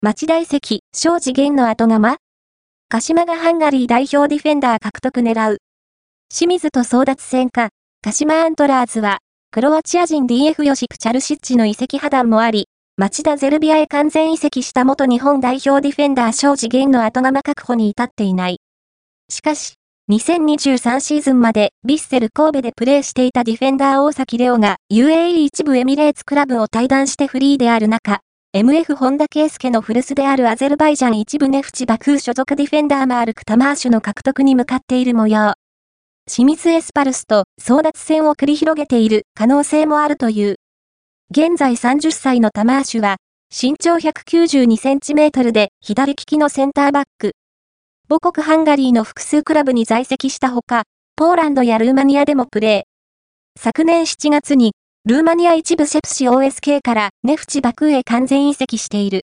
町田移籍、庄司源の後釜？鹿島がハンガリー代表ディフェンダー獲得狙う。清水と争奪戦か、鹿島アントラーズは、クロアチア人 DF ヨシプ・チャルシッチの移籍破談もあり、町田ゼルビアへ完全移籍した元日本代表ディフェンダー庄司源の後釜確保に至っていない。しかし、2023シーズンまでヴィッセル神戸でプレーしていたディフェンダー大崎レオが UAE 一部エミレーツクラブを退団してフリーである中、MF 本田圭佑の古巣であるアゼルバイジャン一部ネフチバクー所属ディフェンダーマールク・タマーシュの獲得に向かっている模様。清水エスパルスと争奪戦を繰り広げている可能性もあるという。現在30歳のタマーシュは、身長192センチメートルで左利きのセンターバック。母国ハンガリーの複数クラブに在籍したほか、ポーランドやルーマニアでもプレー。昨年7月に、ルーマニア一部セプシ OSK からネフチバクーへ完全移籍している。